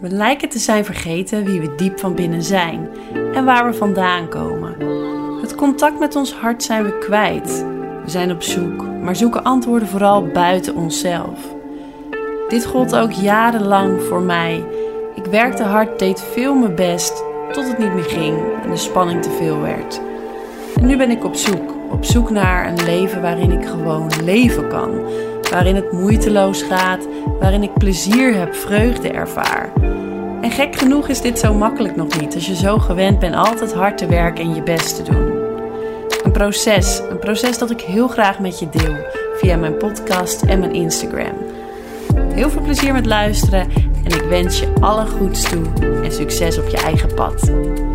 We lijken te zijn vergeten wie we diep van binnen zijn en waar we vandaan komen. Het contact met ons hart zijn we kwijt. We zijn op zoek, maar zoeken antwoorden vooral buiten onszelf. Dit gold ook jarenlang voor mij. Ik werkte hard, deed veel mijn best, tot het niet meer ging en de spanning te veel werd. En nu ben ik op zoek naar een leven waarin ik gewoon leven kan. Waarin het moeiteloos gaat, waarin ik plezier heb, vreugde ervaar. En gek genoeg is dit zo makkelijk nog niet, als je zo gewend bent altijd hard te werken en je best te doen. Een proces dat ik heel graag met je deel, via mijn podcast en mijn Instagram. Heel veel plezier met luisteren en ik wens je alle goeds toe en succes op je eigen pad.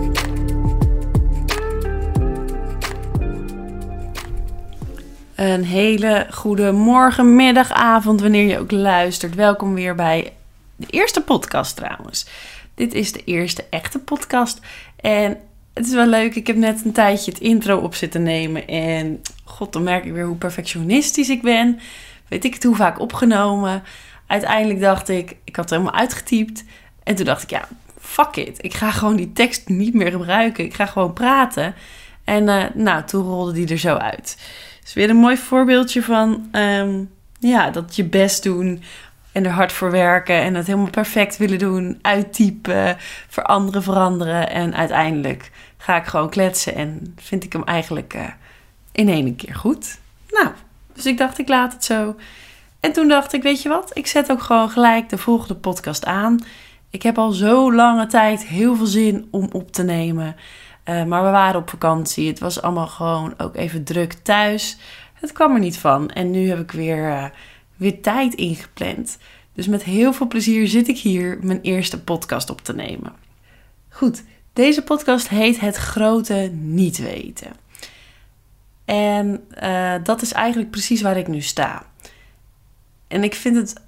Een hele goede morgen, middag, avond, wanneer je ook luistert. Welkom weer bij de eerste podcast trouwens. Dit is de eerste echte podcast. En het is wel leuk, ik heb net een tijdje het intro op zitten nemen. En god, dan merk ik weer hoe perfectionistisch ik ben. Weet ik het hoe vaak opgenomen. Uiteindelijk dacht ik had het helemaal uitgetypt. En toen dacht ik, ja, fuck it. Ik ga gewoon die tekst niet meer gebruiken. Ik ga gewoon praten. En toen rolde die er zo uit. Dus weer een mooi voorbeeldje van dat je best doen en er hard voor werken en het helemaal perfect willen doen, uittypen, veranderen. En uiteindelijk ga ik gewoon kletsen en vind ik hem eigenlijk in één keer goed. Nou, dus ik dacht, ik laat het zo. En toen dacht ik, weet je wat, ik zet ook gewoon gelijk de volgende podcast aan. Ik heb al zo lange tijd heel veel zin om op te nemen. Maar we waren op vakantie. Het was allemaal gewoon ook even druk thuis. Het kwam er niet van. En nu heb ik weer tijd ingepland. Dus met heel veel plezier zit ik hier mijn eerste podcast op te nemen. Goed, deze podcast heet Het Grote Niet Weten. En dat is eigenlijk precies waar ik nu sta. En ik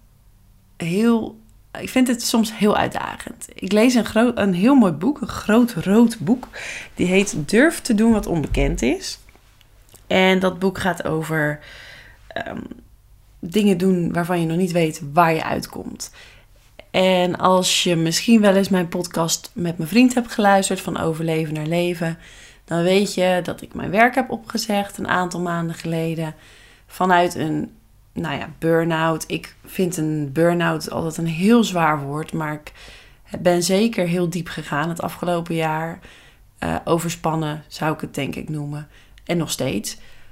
vind het soms heel uitdagend. Ik lees een heel mooi boek, een groot rood boek. Die heet Durf te doen wat onbekend is. En dat boek gaat over dingen doen waarvan je nog niet weet waar je uitkomt. En als je misschien wel eens mijn podcast met mijn vriend hebt geluisterd, van overleven naar leven, dan weet je dat ik mijn werk heb opgezegd een aantal maanden geleden vanuit een burn-out. Ik vind een burn-out altijd een heel zwaar woord, maar ik ben zeker heel diep gegaan het afgelopen jaar. Overspannen zou ik het denk ik noemen. En nog steeds.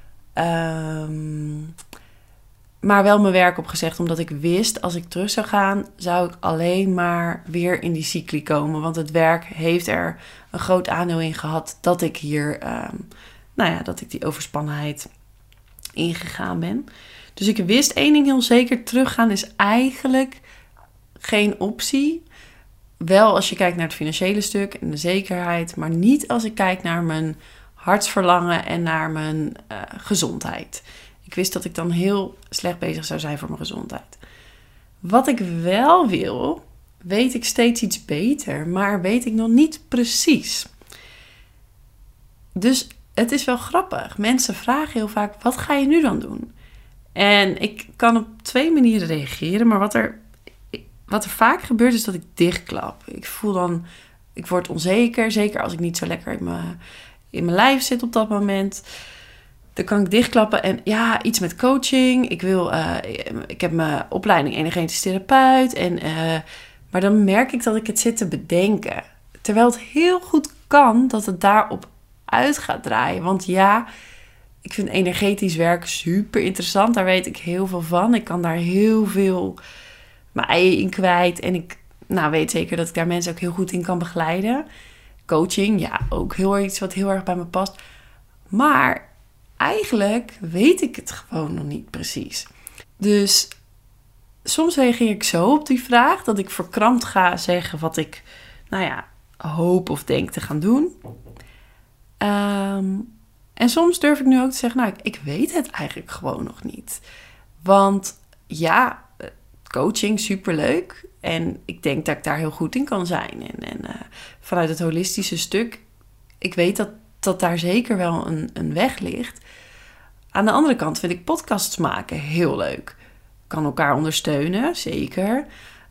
Maar wel mijn werk opgezegd, omdat ik wist, als ik terug zou gaan, zou ik alleen maar weer in die cycli komen. Want het werk heeft er een groot aandeel in gehad dat ik hier, dat ik die overspannenheid ingegaan ben. Dus ik wist één ding heel zeker, teruggaan is eigenlijk geen optie. Wel als je kijkt naar het financiële stuk en de zekerheid, maar niet als ik kijk naar mijn hartsverlangen en naar mijn gezondheid. Ik wist dat ik dan heel slecht bezig zou zijn voor mijn gezondheid. Wat ik wel wil, weet ik steeds iets beter, maar weet ik nog niet precies. Dus het is wel grappig. Mensen vragen heel vaak, wat ga je nu dan doen? En ik kan op 2 manieren reageren, maar wat er vaak gebeurt is dat ik dichtklap. Ik voel dan, ik word onzeker, zeker als ik niet zo lekker in mijn lijf zit op dat moment. Dan kan ik dichtklappen en ja, iets met coaching. Ik heb mijn opleiding energetisch therapeut. Maar dan merk ik dat ik het zit te bedenken. Terwijl het heel goed kan dat het daarop uit gaat draaien. Want ja, ik vind energetisch werk super interessant. Daar weet ik heel veel van. Ik kan daar heel veel mijn ei in kwijt. En ik weet zeker dat ik daar mensen ook heel goed in kan begeleiden. Coaching, ja, ook heel iets wat heel erg bij me past. Maar eigenlijk weet ik het gewoon nog niet precies. Dus soms reageer ik zo op die vraag dat ik verkrampt ga zeggen wat ik, hoop of denk te gaan doen. En soms durf ik nu ook te zeggen, ik weet het eigenlijk gewoon nog niet. Want ja, coaching, superleuk. En ik denk dat ik daar heel goed in kan zijn. En vanuit het holistische stuk, ik weet dat daar zeker wel een weg ligt. Aan de andere kant vind ik podcasts maken heel leuk. Kan elkaar ondersteunen, zeker.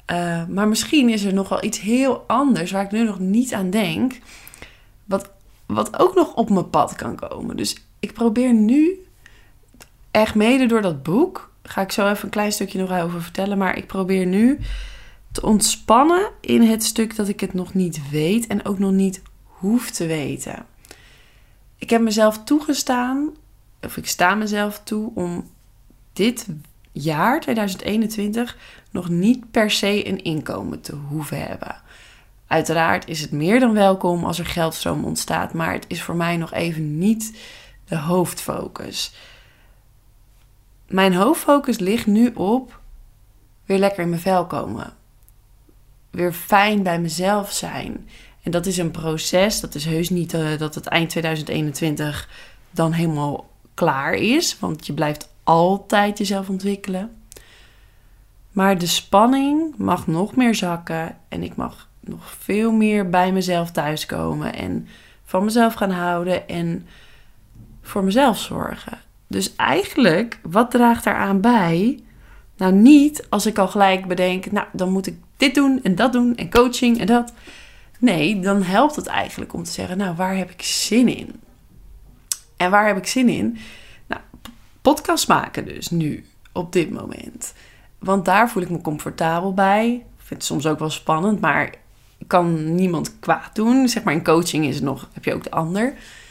Maar misschien is er nog wel iets heel anders waar ik nu nog niet aan denk. Wat ook nog op mijn pad kan komen. Dus ik probeer nu, echt mede door dat boek, ga ik zo even een klein stukje nog over vertellen. Maar ik probeer nu te ontspannen in het stuk dat ik het nog niet weet en ook nog niet hoef te weten. Ik heb mezelf toegestaan, of ik sta mezelf toe om dit jaar 2021 nog niet per se een inkomen te hoeven hebben. Uiteraard is het meer dan welkom als er geldstroom ontstaat, maar het is voor mij nog even niet de hoofdfocus. Mijn hoofdfocus ligt nu op weer lekker in mijn vel komen. Weer fijn bij mezelf zijn. En dat is een proces. Dat is heus niet dat het eind 2021 dan helemaal klaar is. Want je blijft altijd jezelf ontwikkelen. Maar de spanning mag nog meer zakken. En ik mag nog veel meer bij mezelf thuiskomen. En van mezelf gaan houden. En voor mezelf zorgen. Dus eigenlijk, wat draagt daaraan bij? Nou, niet als ik al gelijk bedenk, nou, dan moet ik dit doen en dat doen en coaching en dat. Nee, dan helpt het eigenlijk om te zeggen, nou, waar heb ik zin in? En waar heb ik zin in? Nou, podcast maken dus nu, op dit moment. Want daar voel ik me comfortabel bij. Ik vind het soms ook wel spannend, maar ik kan niemand kwaad doen. Zeg maar, in coaching is het nog, heb je ook de ander.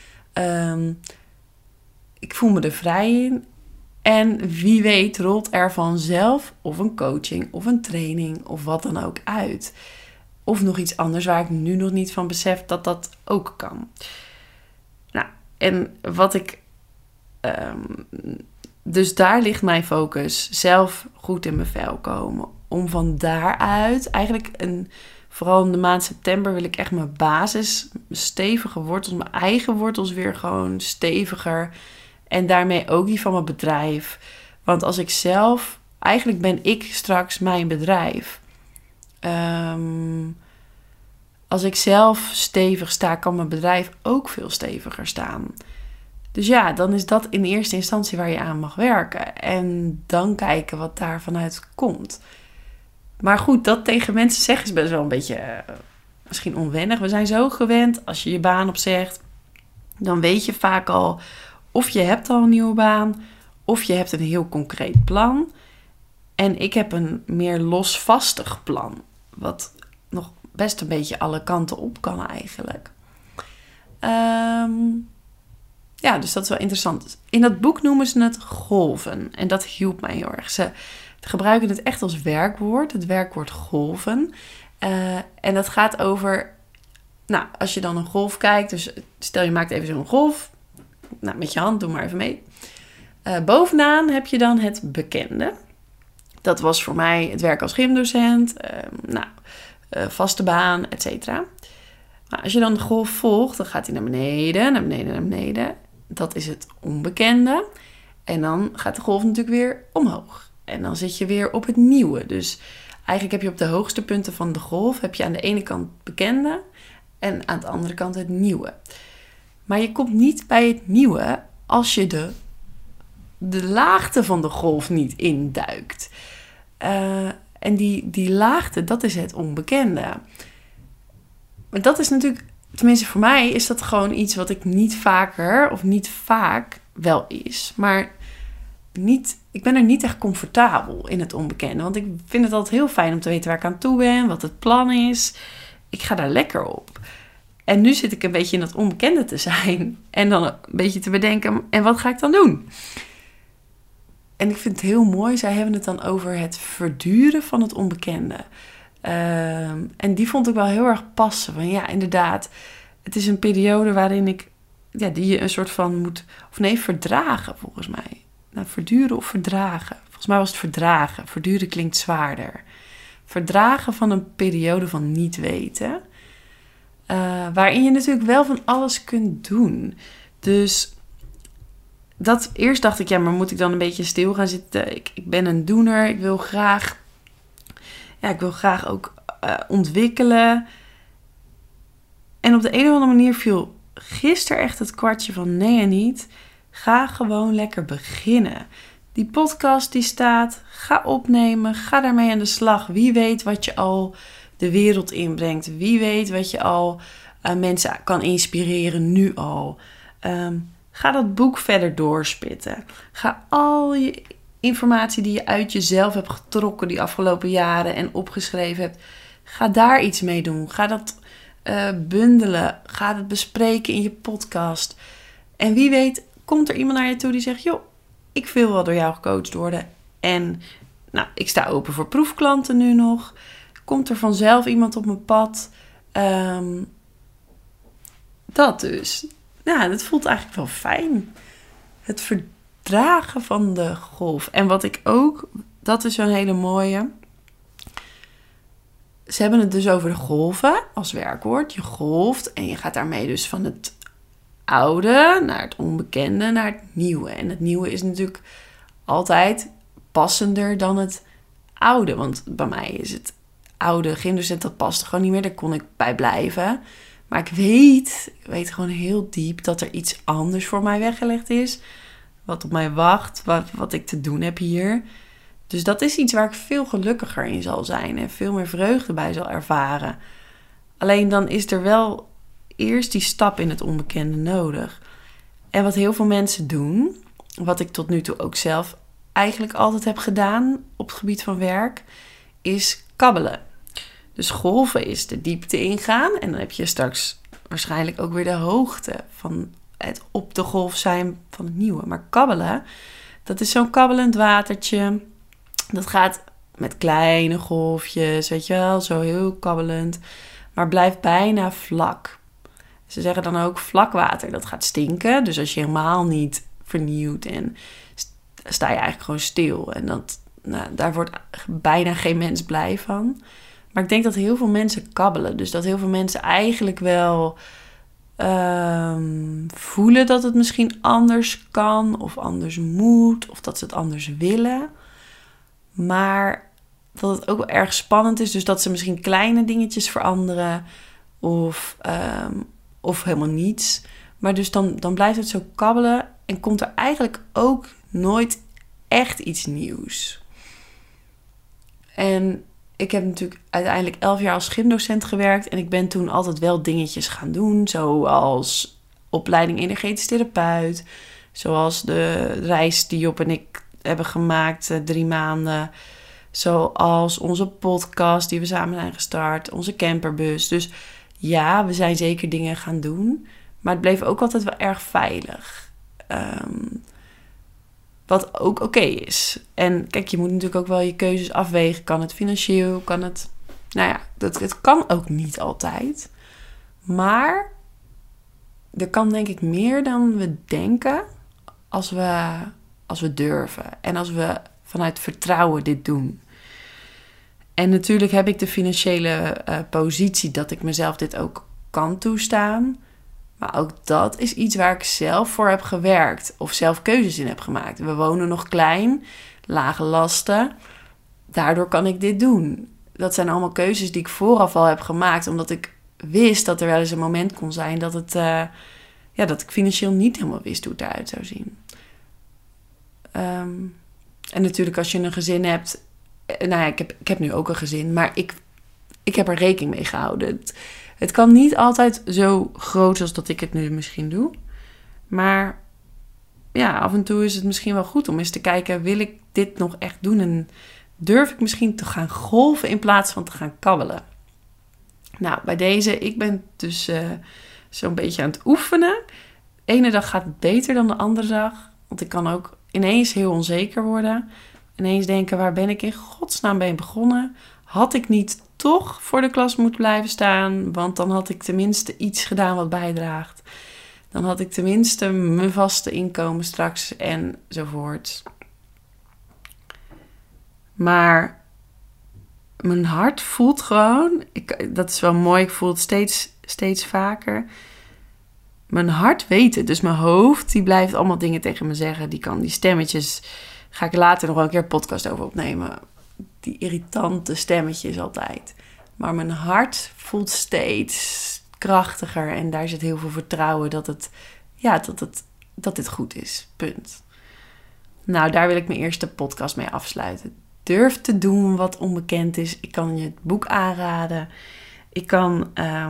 Ik voel me er vrij in. En wie weet rolt er vanzelf of een coaching of een training of wat dan ook uit. Of nog iets anders waar ik nu nog niet van besef dat dat ook kan. Nou, en wat ik... dus daar ligt mijn focus. Zelf goed in mijn vel komen. Om van daaruit eigenlijk... Vooral in de maand september wil ik echt mijn basis, mijn stevige wortels, mijn eigen wortels weer gewoon steviger. En daarmee ook die van mijn bedrijf. Want als ik zelf... Eigenlijk ben ik straks mijn bedrijf. Als ik zelf stevig sta, kan mijn bedrijf ook veel steviger staan. Dus ja, dan is dat in eerste instantie waar je aan mag werken. En dan kijken wat daar vanuit komt. Maar goed, dat tegen mensen zeggen is best wel een beetje misschien onwennig. We zijn zo gewend, als je je baan opzegt, dan weet je vaak al of je hebt al een nieuwe baan, of je hebt een heel concreet plan. En ik heb een meer losvastig plan, wat nog best een beetje alle kanten op kan eigenlijk. Ja, dus dat is wel interessant. In dat boek noemen ze het golven. En dat hielp mij heel erg. Ze gebruiken het echt als werkwoord. Het werkwoord golven. En dat gaat over... Nou, als je dan een golf kijkt. Dus stel je maakt even zo'n golf. Nou, met je hand, doe maar even mee. Bovenaan heb je dan het bekende. Dat was voor mij het werk als gymdocent. Vaste baan, et cetera. Maar als je dan de golf volgt, dan gaat hij naar beneden, naar beneden, naar beneden. Dat is het onbekende. En dan gaat de golf natuurlijk weer omhoog. En dan zit je weer op het nieuwe. Dus eigenlijk heb je op de hoogste punten van de golf... heb je aan de ene kant het bekende en aan de andere kant het nieuwe. Maar je komt niet bij het nieuwe als je de laagte van de golf niet induikt. En die laagte, dat is het onbekende. Maar dat is natuurlijk, tenminste voor mij, is dat gewoon iets wat ik niet vaker of niet vaak wel is. Maar ik ben er niet echt comfortabel in het onbekende. Want ik vind het altijd heel fijn om te weten waar ik aan toe ben, wat het plan is. Ik ga daar lekker op. En nu zit ik een beetje in dat onbekende te zijn. En dan een beetje te bedenken, en wat ga ik dan doen? En ik vind het heel mooi, zij hebben het dan over het verduren van het onbekende. En die vond ik wel heel erg passen. Want ja, inderdaad, het is een periode waarin die je een soort van moet... Of nee, verdragen volgens mij. Nou, verduren of verdragen. Volgens mij was het verdragen. Verduren klinkt zwaarder. Verdragen van een periode van niet weten. Waarin je natuurlijk wel van alles kunt doen. Dus eerst dacht ik, ja, maar moet ik dan een beetje stil gaan zitten? Ik ben een doener. Ik wil graag ook ontwikkelen. En op de een of andere manier viel gisteren echt het kwartje van nee en niet. Ga gewoon lekker beginnen. Die podcast die staat, ga opnemen, ga daarmee aan de slag. Wie weet wat je al de wereld inbrengt. Wie weet wat je al mensen kan inspireren nu al. Ga dat boek verder doorspitten. Ga al je informatie die je uit jezelf hebt getrokken die afgelopen jaren en opgeschreven hebt, ga daar iets mee doen. Ga dat bundelen. Ga het bespreken in je podcast. En wie weet komt er iemand naar je toe die zegt, joh, ik wil wel door jou gecoacht worden. En nou, ik sta open voor proefklanten nu nog. Komt er vanzelf iemand op mijn pad. Dat dus. Ja, dat voelt eigenlijk wel fijn. Het verdragen van de golf. En wat ik ook, dat is een hele mooie. Ze hebben het dus over de golven als werkwoord. Je golft en je gaat daarmee dus van het oude naar het onbekende, naar het nieuwe. En het nieuwe is natuurlijk altijd passender dan het oude. Want bij mij is het oude gymdocent, dat past er gewoon niet meer. Daar kon ik bij blijven. Maar ik weet gewoon heel diep dat er iets anders voor mij weggelegd is. Wat op mij wacht, wat ik te doen heb hier. Dus dat is iets waar ik veel gelukkiger in zal zijn. En veel meer vreugde bij zal ervaren. Alleen dan is er wel eerst die stap in het onbekende nodig. En wat heel veel mensen doen, wat ik tot nu toe ook zelf eigenlijk altijd heb gedaan op het gebied van werk, is kabbelen. Dus golven is de diepte ingaan en dan heb je straks waarschijnlijk ook weer de hoogte van het op de golf zijn van het nieuwe. Maar kabbelen, dat is zo'n kabbelend watertje. Dat gaat met kleine golfjes, weet je wel, zo heel kabbelend, maar blijft bijna vlak. Ze zeggen dan ook vlak water, dat gaat stinken. Dus als je helemaal niet vernieuwt en sta je eigenlijk gewoon stil. En daar wordt bijna geen mens blij van. Maar ik denk dat heel veel mensen kabbelen. Dus dat heel veel mensen eigenlijk wel voelen dat het misschien anders kan of anders moet. Of dat ze het anders willen. Maar dat het ook wel erg spannend is. Dus dat ze misschien kleine dingetjes veranderen. Of helemaal niets. Maar dus dan blijft het zo kabbelen. En komt er eigenlijk ook nooit echt iets nieuws. En ik heb natuurlijk uiteindelijk 11 jaar als gymdocent gewerkt. En ik ben toen altijd wel dingetjes gaan doen. Zoals opleiding energetisch therapeut. Zoals de reis die Job en ik hebben gemaakt 3 maanden. Zoals onze podcast die we samen zijn gestart. Onze camperbus. Dus ja, we zijn zeker dingen gaan doen. Maar het bleef ook altijd wel erg veilig. Wat ook oké is. En kijk, je moet natuurlijk ook wel je keuzes afwegen. Kan het financieel? Kan het... Nou ja, het kan ook niet altijd. Maar er kan denk ik meer dan we denken als we durven. En als we vanuit vertrouwen dit doen. En natuurlijk heb ik de financiële positie dat ik mezelf dit ook kan toestaan. Maar ook dat is iets waar ik zelf voor heb gewerkt. Of zelf keuzes in heb gemaakt. We wonen nog klein. Lage lasten. Daardoor kan ik dit doen. Dat zijn allemaal keuzes die ik vooraf al heb gemaakt. Omdat ik wist dat er wel eens een moment kon zijn dat dat ik financieel niet helemaal wist hoe het eruit zou zien. En natuurlijk als je een gezin hebt. Nou ja, ik heb nu ook een gezin. Maar ik heb er rekening mee gehouden. Het kan niet altijd zo groot als dat ik het nu misschien doe. Maar ja, af en toe is het misschien wel goed om eens te kijken, wil ik dit nog echt doen? En durf ik misschien te gaan golven in plaats van te gaan kabbelen? Nou, bij deze, ik ben dus zo'n beetje aan het oefenen. De ene dag gaat het beter dan de andere dag. Want ik kan ook ineens heel onzeker worden. Ineens denken, waar ben ik in godsnaam mee begonnen? Had ik niet toch voor de klas moeten blijven staan? Want dan had ik tenminste iets gedaan wat bijdraagt. Dan had ik tenminste mijn vaste inkomen straks enzovoort. Maar mijn hart voelt gewoon, dat is wel mooi, ik voel het steeds vaker. Mijn hart weet het, dus mijn hoofd die blijft allemaal dingen tegen me zeggen. Die stemmetjes, ga ik later nog wel een keer een podcast over opnemen. Die irritante stemmetjes altijd. Maar mijn hart voelt steeds krachtiger en daar zit heel veel vertrouwen dat dit goed is. Punt. Nou, daar wil ik mijn eerste podcast mee afsluiten. Durf te doen wat onbekend is. Ik kan je het boek aanraden. Ik kan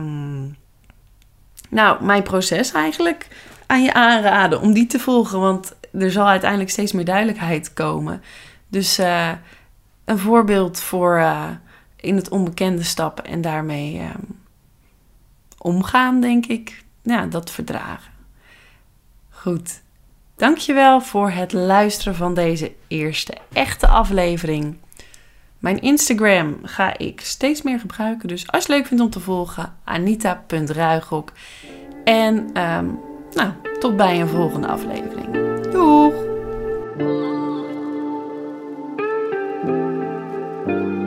mijn proces eigenlijk aan je aanraden om die te volgen. Want er zal uiteindelijk steeds meer duidelijkheid komen. Dus een voorbeeld voor in het onbekende stappen en daarmee omgaan, denk ik. Ja, dat verdragen. Goed. Dankjewel voor het luisteren van deze eerste echte aflevering. Mijn Instagram ga ik steeds meer gebruiken. Dus als je het leuk vindt om te volgen, anita.ruigrok. En tot bij een volgende aflevering. Doeg!